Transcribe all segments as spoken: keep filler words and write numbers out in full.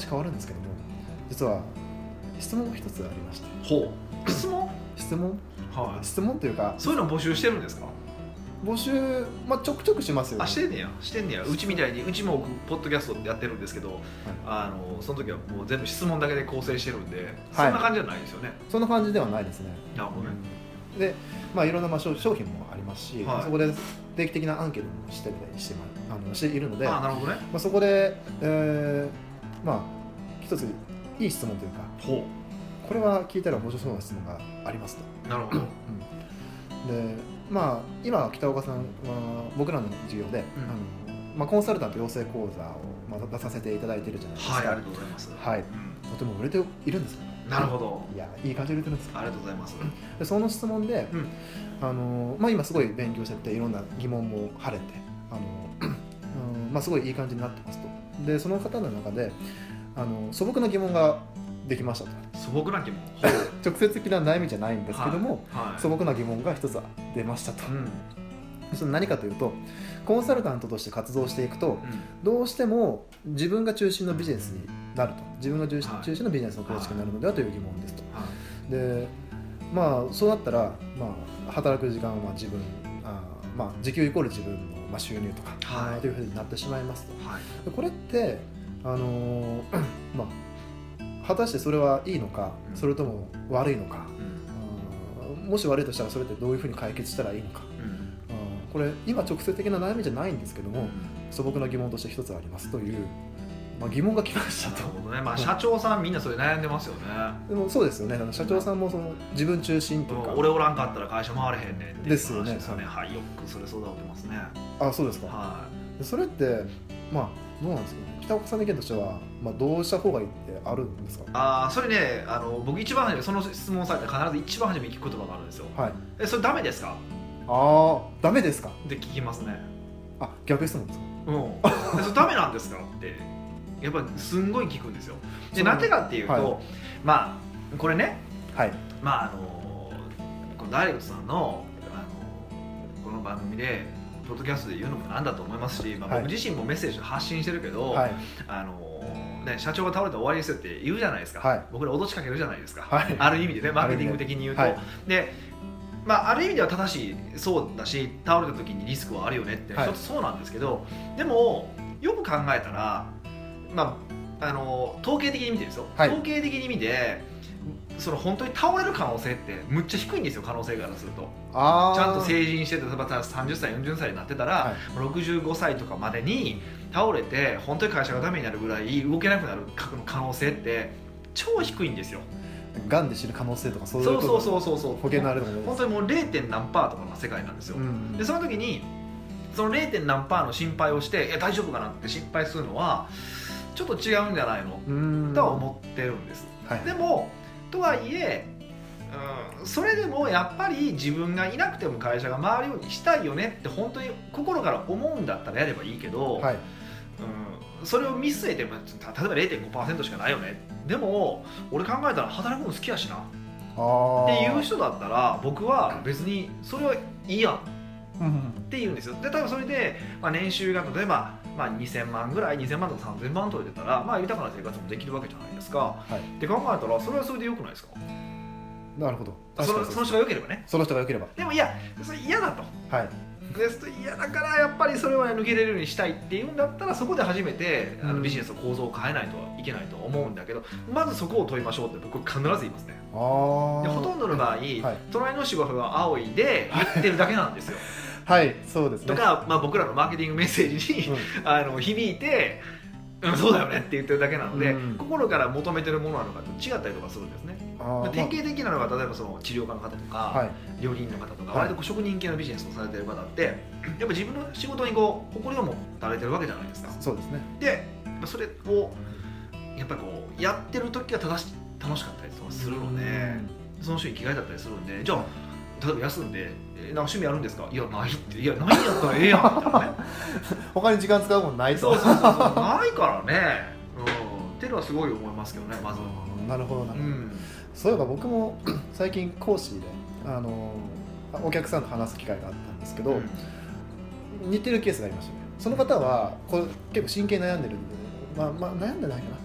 変わるんですけども、実は質問が一つありまして。 ほう、質問質問、 はい、 質問というか、 そういうの募集してるんですか？ 募集、まあ、ちょくちょくしますよね。 あ、してんねや、してんねや。うちみたいに、うちもポッドキャストやってるんですけど、はい、あのその時はもう全部質問だけで構成してるんで、はい、そんな感じじゃないですよね。 そんな感じではないですね。 なるほどね。 うん、で、まあ、いろんなまあ商品もありますし、はい、そこで定期的なアンケートもしてたりして、あのしているので、 あ、なるほどね。 まあ、そこで、えー、まあ一ついい質問というか、 ほうこれは聞いたら面白そうな質問がありますと。 なるほど。 うん、で、まあ、今北岡さんは僕らの授業で、うん、あのまあ、コンサルタント養成講座を、まあ、出させていただいているじゃないですか。 はい、ありがとうございます。 はい、うん、とても売れているんですよ。 なるほど。 いや、いい感じで売れてるんです。 ありがとうございます。 でその質問で、うん、あのまあ、今すごい勉強してていろんな疑問も晴れて、あの、うん、まあ、すごいいい感じになってますと。でその方の中であの素朴な疑問ができましたと。 素朴な疑問直接的な悩みじゃないんですけども、 はいはい、 素朴な疑問が一つ出ましたと、うん、それ何かというと、コンサルタントとして活動していくと、うん、どうしても自分が中心のビジネスになると、自分が中心、はい、中心のビジネスの構築になるのではという疑問ですと、はい、でまあそうなったら、まあ、働く時間はまあ自分あ、まあ、時給イコール自分のまあ収入とか、はい、というふうになってしまいますと、はい、これってあのー、まあ果たしてそれはいいのか、うん、それとも悪いのか、うん、もし悪いとしたらそれってどういうふうに解決したらいいのか、うん、これ今直接的な悩みじゃないんですけども、うん、素朴な疑問として一つありますという、まあ、疑問が来ましたと。 なるほどね。まあ、社長さんみんなそれ悩んでますよね。 でもそうですよね。社長さんもその自分中心というか、 うん、俺おらんかったら会社回れへんねんっていう話ですよね。 ですよね。 はい、よくそれ相談受けますね。 あ、そうですか。 はい、 それってまあどうなんですかね。北岡さんの意見としては、まあ、どうした方がいいってあるんですか？ あ、それね、あの僕一番初めその質問されて必ず一番初めに聞く言葉があるんですよ。はい、え、それダメですか？ ああ、ダメですかって聞きますね。 あ、逆質問ですか？ うん。それダメなんですかってやっぱりすんごい聞くんですよ。で、なんでかっていうと、はい、まあこれね、はい、まああのこのダイレクトさんのあのこの番組でポッドキャストで言うのもなんだと思いますし、まあ、僕自身もメッセージを発信してるけど、はい、あのね、社長が倒れて終わりですよって言うじゃないですか、はい、僕ら脅しかけるじゃないですか、はい、ある意味でね、マーケティング的に言うと、はい、で、まあ、ある意味では正しいそうだし、倒れた時にリスクはあるよねって一つそうなんですけど、はい、でもよく考えたら、まあ、あの統計的に見てですよ、はい、統計的に見てその本当に倒れる可能性ってむっちゃ低いんですよ。可能性からするとあちゃんと成人してて、例えばさんじゅっさいよんじゅっさいになってたら、はい、ろくじゅうごさいとかまでに倒れて本当に会社がダメになるぐらい動けなくなる可能性って超低いんですよ。 がんで死ぬ可能性とかそういうことそうそうそうそう保険のあるところ本当にもう ゼロ. 何パーとかの世界なんですよ、うんうん、でその時にその ゼロ. 何パーの心配をして大丈夫かなって心配するのはちょっと違うんじゃないのとは思ってるんです、はい、でもとはいえ、うん、それでもやっぱり自分がいなくても会社が回るようにしたいよねって本当に心から思うんだったらやればいいけど、はい、うん、それを見据えて例えば ゼロてんごパーセント しかないよね、でも俺考えたら働くの好きやしなっていう人だったら僕は別にそれはいいやんって言うんですよ。で、多分それで、まあ、年収が例えば、まあ、にせんまんぐらいにせんまんとかさんぜんまん取れてたら、まあ、豊かな生活もできるわけじゃないですか、はい、って考えたらそれはそれでよくないですか？ なるほど。 その、その人が良ければね。 その人が良ければ。 でもいや、それ嫌だと。はい。ですと嫌だからやっぱりそれは抜けれるようにしたいっていうんだったらそこで初めてあのビジネスの構造を変えないといけないと思うんだけど、まずそこを問いましょうって僕必ず言いますね。あでほとんどの場合、はい、隣の芝生が青いで言ってるだけなんですよ。 はい、そうですね。 とか、まあ、僕らのマーケティングメッセージに、うん、あの響いて、うん、そうだよねって言ってるだけなので、うん、心から求めてるものなのかと違ったりとかするんですね。典型的なのが例えばその治療家の方とか、はい、料理人の方とか、はい、割と職人系のビジネスをされている方ってやっぱ自分の仕事にこう誇りを持たれてるわけじゃないですか。 そうですね。 でそれをやっぱりこうやってる時は正し楽しかったりとかするので、その人に生きがいだったりするんで、じゃあ例えば休んでえなんか趣味あるんですか？いやないって、いやないんやったらええやんみたいなね。 他に時間使うもんないと。 そうそうそうそうないからね、うん、っていうのはすごい思いますけどね。まずはなるほどなるほど、うん、そういえば僕も最近講師であのお客さんと話す機会があったんですけど、うん、似てるケースがありましたね。その方はこれ結構真剣に悩んでるんで、まあ、まあ悩んでないかな、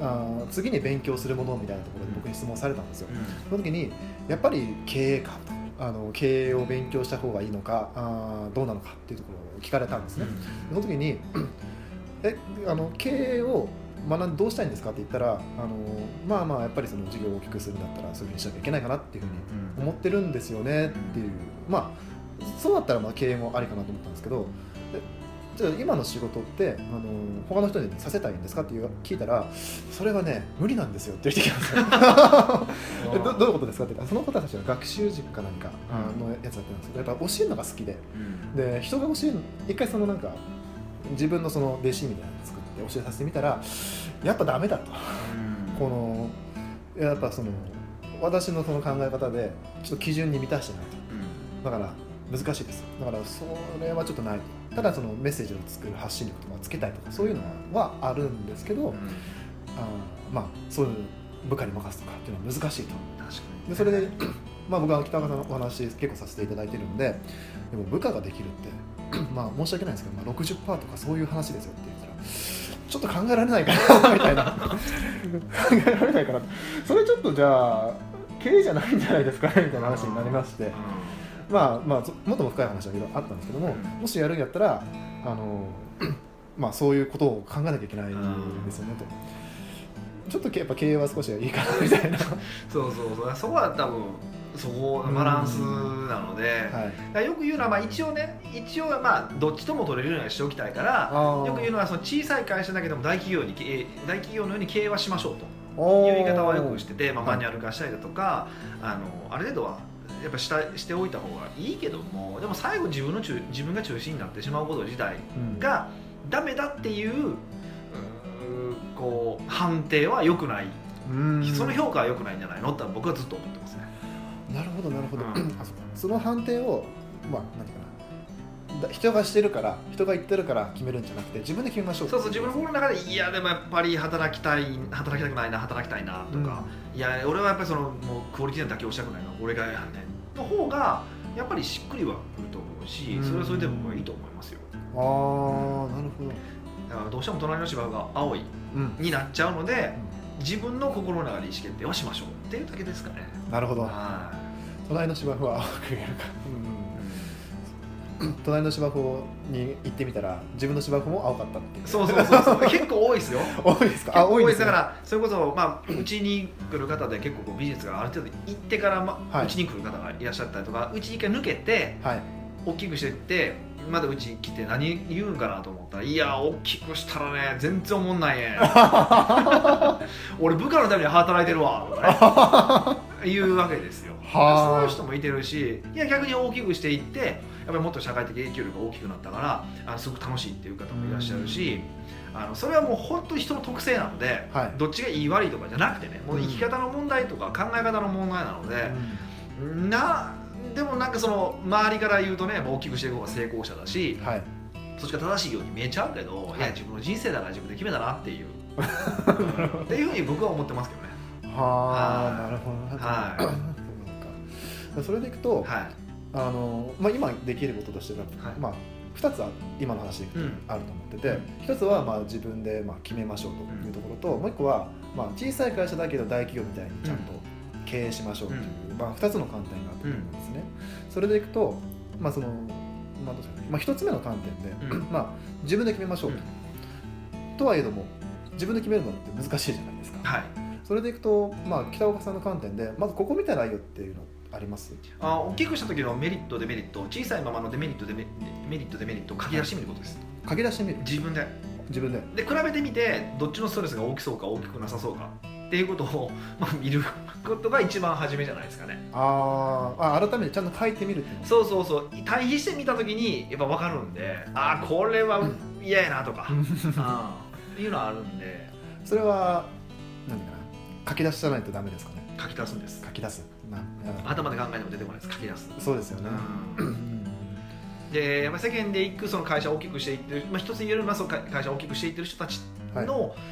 あ次に勉強するものみたいなところで僕に質問されたんですよ、うん、その時にやっぱり経営かとあの経営を勉強した方がいいのかあどうなのかっていうところを聞かれたんですね、うん、その時にえあの経営を学んでどうしたいんですかって言ったらあのまあまあやっぱりその事業を大きくするんだったらそういうふうにしなきゃいけないかなっていうふうに思ってるんですよねっていう、まあそうだったらまあ経営もありかなと思ったんですけどじゃあ今の仕事ってあの他の人にさせたいんですかって聞いたらそれはね無理なんですよって言ってきたんですよど, どういうことですかって言ったらその方たちは学習塾か何かのやつだったんですけどやっぱ教えるのが好きで、うん、で人が教える一回そのなんか自分のその弟子みたいなのを作って教えさせてみたらやっぱダメだと、うん、このやっぱその私のその考え方でちょっと基準に満たしてないと、うん、だから難しいですだからそれはちょっとないただそのメッセージを作る発信力とかつけたいとかそういうのはあるんですけど、うん、あまあそういう部下に任すとかっていうのは難しいと確かにでそれでまあ僕は北川さんのお話結構させていただいているのででも部下ができるってまあ申し訳ないんですけど、まあ、ろくじゅっパーセント とかそういう話ですよって言ったらちょっと考えられないかなみたいな考えられないかなそれちょっとじゃあ経営じゃないんじゃないですかねみたいな話になりましてまあまあもっとも深い話はいろいろあったんですけどももしやるんやったらあのまあそういうことを考えなきゃいけないんですよねとちょっとやっぱ経営は少しいいかなみたいなそうそうそうそこは多分そこのバランスなので、はい、よく言うのは、まあ、一応ね一応まあどっちとも取れるようにしておきたいからよく言うのはその小さい会社だけでも大企業に経営大企業のように経営はしましょうという言い方はよくしてて、まあ、マニュアル化したりだとか、はい、あのある程度はやっぱしたしておいた方がいいけどもでも最後自分の中自分が中心になってしまうこと自体がダメだっていう、うん、こう判定は良くないその評価は良くないんじゃないのって僕はずっと思ってますね。 なるほどなるほど、うん、その判定をまあ何かな人がしてるから人が言ってるから決めるんじゃなくて自分で決めましょうそうそう自分の心の中でいやでもやっぱり働きたい働きたくないな働きたいなとか、うん、いや俺はやっぱりそのもうクオリティに妥協したくないな俺がやんねんの方がやっぱりしっくりはくると思うし、うん、それはそれで僕はいいと思いますよ。 ああ、うん、なるほど。 だからどうしても隣の芝が青いになっちゃうので、うん、自分の心の中で意思決定はしましょうっていうだけですかね。 なるほど。はい隣の芝生は青く見えるか、うんうん、隣の芝生に行ってみたら自分の芝生も青かったっていうそうそうそうそう結構多いですよ多いですかあ多いです、ね、だからそれこそまあうちに来る方で結構こうビジネスがある程度行ってからうち、まはい、に来る方がいらっしゃったりとかうちに一回抜けて、はい、大きくしていってまだうち来て何言うんかなと思ったらいや大きくしたらね全然おもんないね俺部下のために働いてるわとかね言うわけですよそういう人もいてるしいや逆に大きくしていってやっぱりもっと社会的影響力が大きくなったからあのすごく楽しいっていう方もいらっしゃるしあのそれはもう本当に人の特性なので、はい、どっちがいい悪いとかじゃなくてねもう生き方の問題とか考え方の問題なので、うん、なでもなんかその周りから言うとね大きくしていく方が成功者だし、はい、そっちが正しいように見えちゃうけど、はい、いや自分の人生だから自分で決めたなっていうっていうふうに僕は思ってますけどね。 はあなるほどね。はいそれでいくと、はいあのまあ、今できることとしては、はいまあ、ふたつは今の話でいくとあると思ってて、うん、ひとつはまあ自分でまあ決めましょうというところと、うん、もういっこはまあ小さい会社だけど大企業みたいにちゃんと経営しましょうという、うんまあ、ふたつの観点があると思うんですね、うん、それでいくと、まあそのまあどうですかねまあ、ひとつめの観点で、うんまあ、自分で決めましょうと、うん、とはいえども自分で決めるのって難しいじゃないですか、はい、それでいくと、まあ、北岡さんの観点でまずここ見たらいいよっていうのありますあ大きくした時のメリットデメリット小さいままのデメリットデメメリットデメリットを書き出してみることです。 書き出してみる自分で自分でで比べてみてどっちのストレスが大きそうか大きくなさそうかっていうことを、まあ、見ることが一番初めじゃないですかね。 ああ改めてちゃんと書いてみるっていうそうそうそう対比してみた時にやっぱ分かるんでああこれは嫌やなとかあいうのはあるんでそれは何かな書き出さないとダメですかね。 書き出すんです。 書き出すな頭で考えても出てこないです。書き出すそうですよね、うん、 で世間で行くその会社を大きくしていってる、まあ、一つ言えるのはその会社を大きくしていってる人たちの、はい、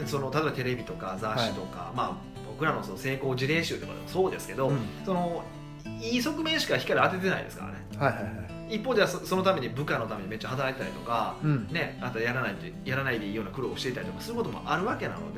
その例えばテレビとか雑誌とか、はいまあ、僕らのその成功事例集とかでもそうですけど、うん、そのいい側面しか光当ててないですからね、はいはいはい、一方では そ, そのために部下のためにめっちゃ働いてたりとか、うんね、あとやらないとやらないでいいような苦労をしていたりとかそういうこともあるわけなので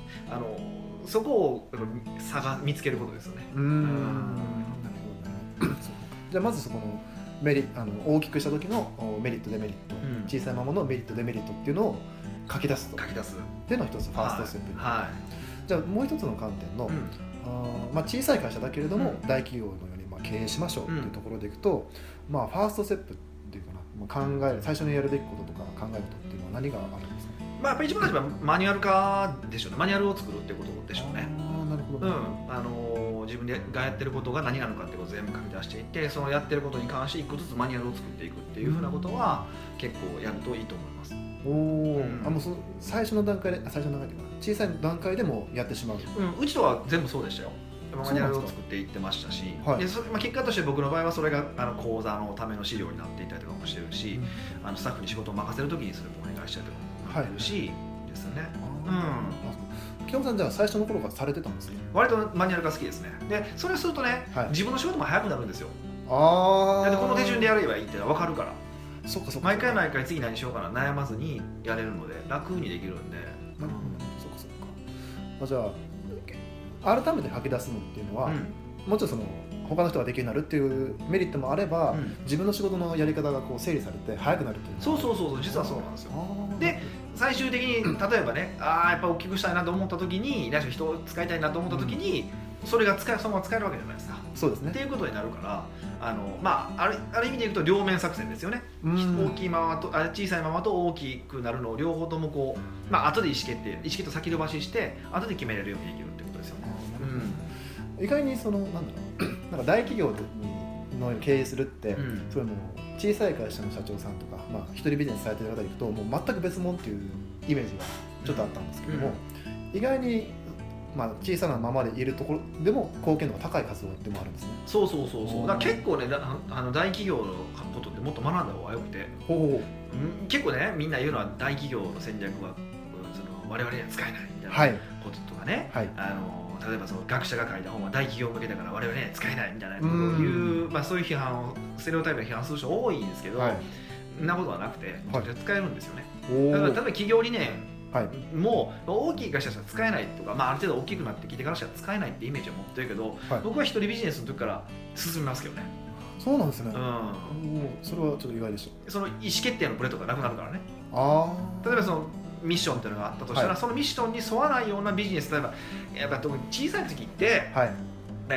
あのそこを差が見つけることですよね。 うーん、なるほどね。じゃあまずそこのメリあの大きくした時のメリットデメリット、うん、小さいままのメリットデメリットっていうのを書き出すと書き出すっていうのが一つファーストステップ、 はいはい、 じゃあもう一つの観点の、うん、あまあ、小さい会社だけれども、うん、大企業のようにまあ経営しましょうっていうところでいくと、うん、まあ、ファーストステップっていうかな、まあ、考える最初にやるべきこととか考えることっていうのは何があるんですかね。 まあ、やっぱり一番大事はマニュアル化でしょうね。マニュアルを作るってことでしょうね。 あ、なるほど、 うん、あの自分でがやってることが何なのかってことを全部書き出していって、そのやってることに関して一個ずつマニュアルを作っていくっていうふうなことは結構やるといいと思います。 おお、うん、あ、もうその最初の段階で最初の段階で小さい段階でもやってしまう。 うん、うちとは全部そうでしたよ。マニュアルを作っていってましたし、はい、でそれ、まあ、結果として僕の場合はそれがあの講座のための資料になっていたりとかもしてるし、うん、あのスタッフに仕事を任せるときにそれもお願いしたりとかもなってるし、はい、ですよね。 うん、木山さんじゃあ最初の頃からされてたんですね。 割とマニュアルが好きですね。でそれをするとね、はい、自分の仕事も早くなるんですよ。 ああ。 でこの手順でやればいいっていうのは分かるから。 そっかそっか。 毎回毎回次何しようかな悩まずにやれるので楽にできるんで。 なるほど、そっかそっか。あ、じゃあ改めて書き出すのっていうのは、うん、もうちょっとその他の人ができるようになるっていうメリットもあれば、うん、自分の仕事のやり方がこう整理されて早くなるっていう。 そうそうそうそう、実はそうなんですよ。で最終的に例えばね、ああやっぱ大きくしたいなと思った時に、人を使いたいなと思った時に、うん、それが使えそのまま使えるわけじゃないですか。 そうですね。 っていうことになるから、あのまああるある意味で言うと両面作戦ですよね。大きいままとあ小さいままと大きくなるのを両方ともこう、まあ後で意思決定意思決定を先延ばしして後で決めれるようにできるってことですよね。 うん、意外にそのなんだろうなんか大企業の経営するって、うん、それも小さい会社の社長さんとか、まあ、一人ビジネスされてる方でいくともう全く別物っていうイメージがちょっとあったんですけども、うん、意外に、まあ、小さなままでいるところでも貢献度が高い活動でもあるんですね。 そうそうそうそう。だから結構ねあの大企業のことってもっと学んだ方がよくて、ほうほう、結構ねみんな言うのは大企業の戦略はその我々には使えないみたいなこととかね、はい、あの例えばその学者が書いた本は大企業向けだから我々には使えないみたいなことを言う、まあ、そういう批判をステレオタイプで批判する人多いんですけど、はい、そんなことはなくてめちゃくちゃ使えるんですよね。だから例えば企業理念はい、もう大きい会社しか使えないとか、まあ、ある程度大きくなってきてからしか使えないってイメージを持ってるけど、はい、僕は一人ビジネスの時から進みますけどね。 そうなんですね。 うん、 それはちょっと意外でした。 その意思決定のブレとかなくなるからね。 あ例えばそのミッションっていうのがあったとしたら、はい、そのミッションに沿わないようなビジネス、例えばやっぱ特に小さい時って、はい、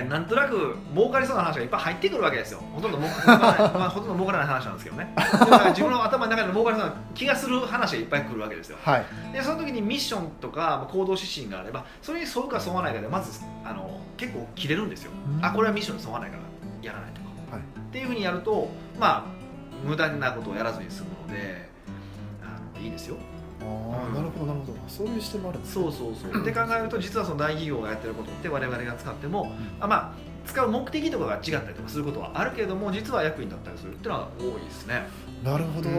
なんとなく儲かりそうな話がいっぱい入ってくるわけですよ。ほとんど儲からない、まあ、ほとんど儲からない話なんですけどね。だから自分の頭の中で儲かりそうな気がする話がいっぱい来るわけですよ。はい、でその時にミッションとか行動指針があれば、それに沿うか沿わないかでまずあの結構切れるんですよ。あ、これはミッションに沿わないからやらないとか、はい、っていうふうにやると、まあ無駄なことをやらずに済むので、あのいいですよ。 あ、うん、なるほどなるほど、そういう視点もあるんですね。 そうそうそう。って考えると実はその大企業がやってることって我々が使っても、うん、あまあ使う目的とかが違ったりとかすることはあるけれども、実は役に立ったりするっていうのは多いですね。 なるほど、うん、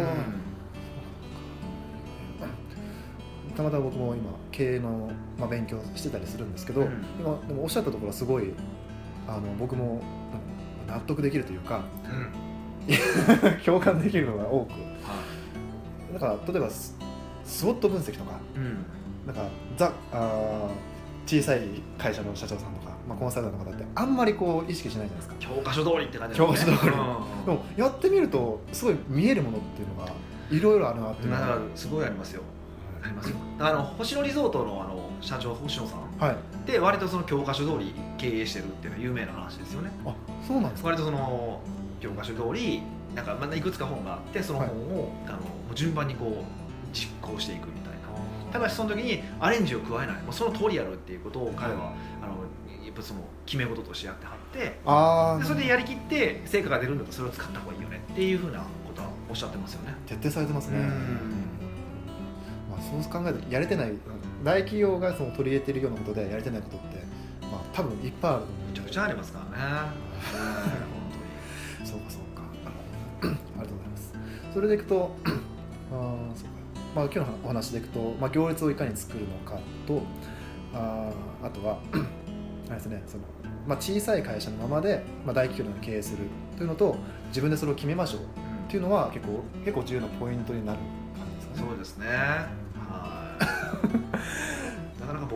たまたま僕も今経営の、まあ、勉強してたりするんですけど、うん、今でもおっしゃったところはすごいあの僕も納得できるというか、うん、共感できるのが多く、はい、だから例えばスウォット分析とか、うん、なんかザあ小さい会社の社長さんとか、まあ、コンサルタントの方ってあんまりこう意識しないじゃないですか。 教科書通りって感じですね。 教科書通り、うん、でもやってみるとすごい見えるものっていうのがいろいろあるなっていうのがすごいありますよ。ありますよ。あの星野リゾートのあの社長星野さん、はい、で割とその教科書通り経営してるっていうのは有名な話ですよね。あ、そうなんですか。割とその教科書通りなんかまだいくつか本があって、その本を、はい、あの順番にこう実行していくみたいな。ただしその時にアレンジを加えない、もうその通りやるっていうことを彼は、はい、あのやっぱその決め事としてやってはって、あでそれでやりきって成果が出るんだったらそれを使った方がいいよねっていうふうなことはおっしゃってますよね。 徹底されてますね。うん、まあ、そう考えるとやれてない大企業がその取り入れているようなことでやれてないことって、まあ、多分いっぱいあると思う。 めちゃくちゃありますからね。本当にそうかそうかありがとうございます。それでいくとあそうか、まあ、今日のお話でいくと、まあ、行列をいかに作るのかと、あ, あとはあれですね、その、まあ、小さい会社のままで、まあ、大企業のように経営するというのと、自分でそれを決めましょうっていうのは結構結構重要なポイントになる感じですかね。 そうですね。はいなかなかボ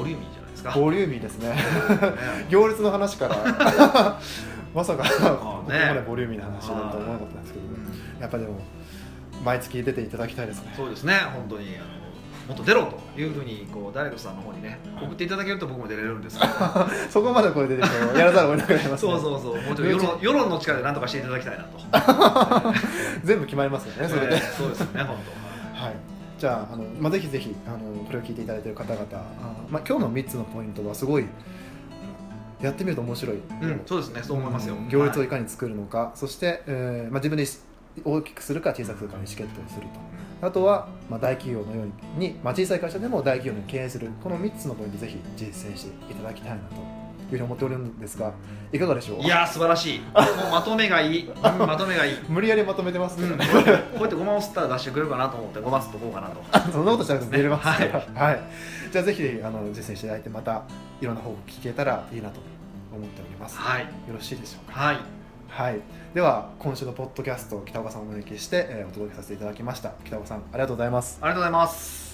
リューミーじゃないですか。 ボリューミーですね行列の話からまさかここまでボリューミーな話だと思わなかったんですけど、うん、やっぱりでも毎月出ていただきたいですね。 そうですね、本当にあのもっと出ろというふうにこうダイレクトさんの方にね送っていただけると僕も出れるんですけどそこまでこれ出てきてやらざるを得なくなりますね。 そうそうそう、もうちょっと世論、世論の力で何とかしていただきたいなと全部決まりますよねそれで、えー、 そうですね本当はい。じゃあ、あのまあ、ぜひぜひあのこれを聞いていただいている方々、あ、まあ、今日のみっつのポイントはすごいやってみると面白い、 うん、そうですね、そう思いますよ。 行列をいかに作るのか、はい、そして、えーまあ、自分で大きくするか小さくするかの意思決定をすると、あとは、まあ、大企業のように、まあ、小さい会社でも大企業に経営する、このみっつのポイントぜひ実践していただきたいなというふうに思っておるんですが、いかがでしょう。 いや素晴らしい、もうまとめがいい、うん、まとめがいい無理やりまとめてますけど、ね、 うん、こうやってごまを吸ったら出してくれるかなと思ってごま吸っとこうかなとそんなことしたら出れます、ね、はい、はい、じゃあぜひあの実践していただいて、またいろんな方法聞けたらいいなと思っております、 はい、よろしいでしょうか。 はい、 はい、では今週のポッドキャスト、北岡さんをお招きして、えー、お届けさせていただきました。北岡さんありがとうございます。 ありがとうございます。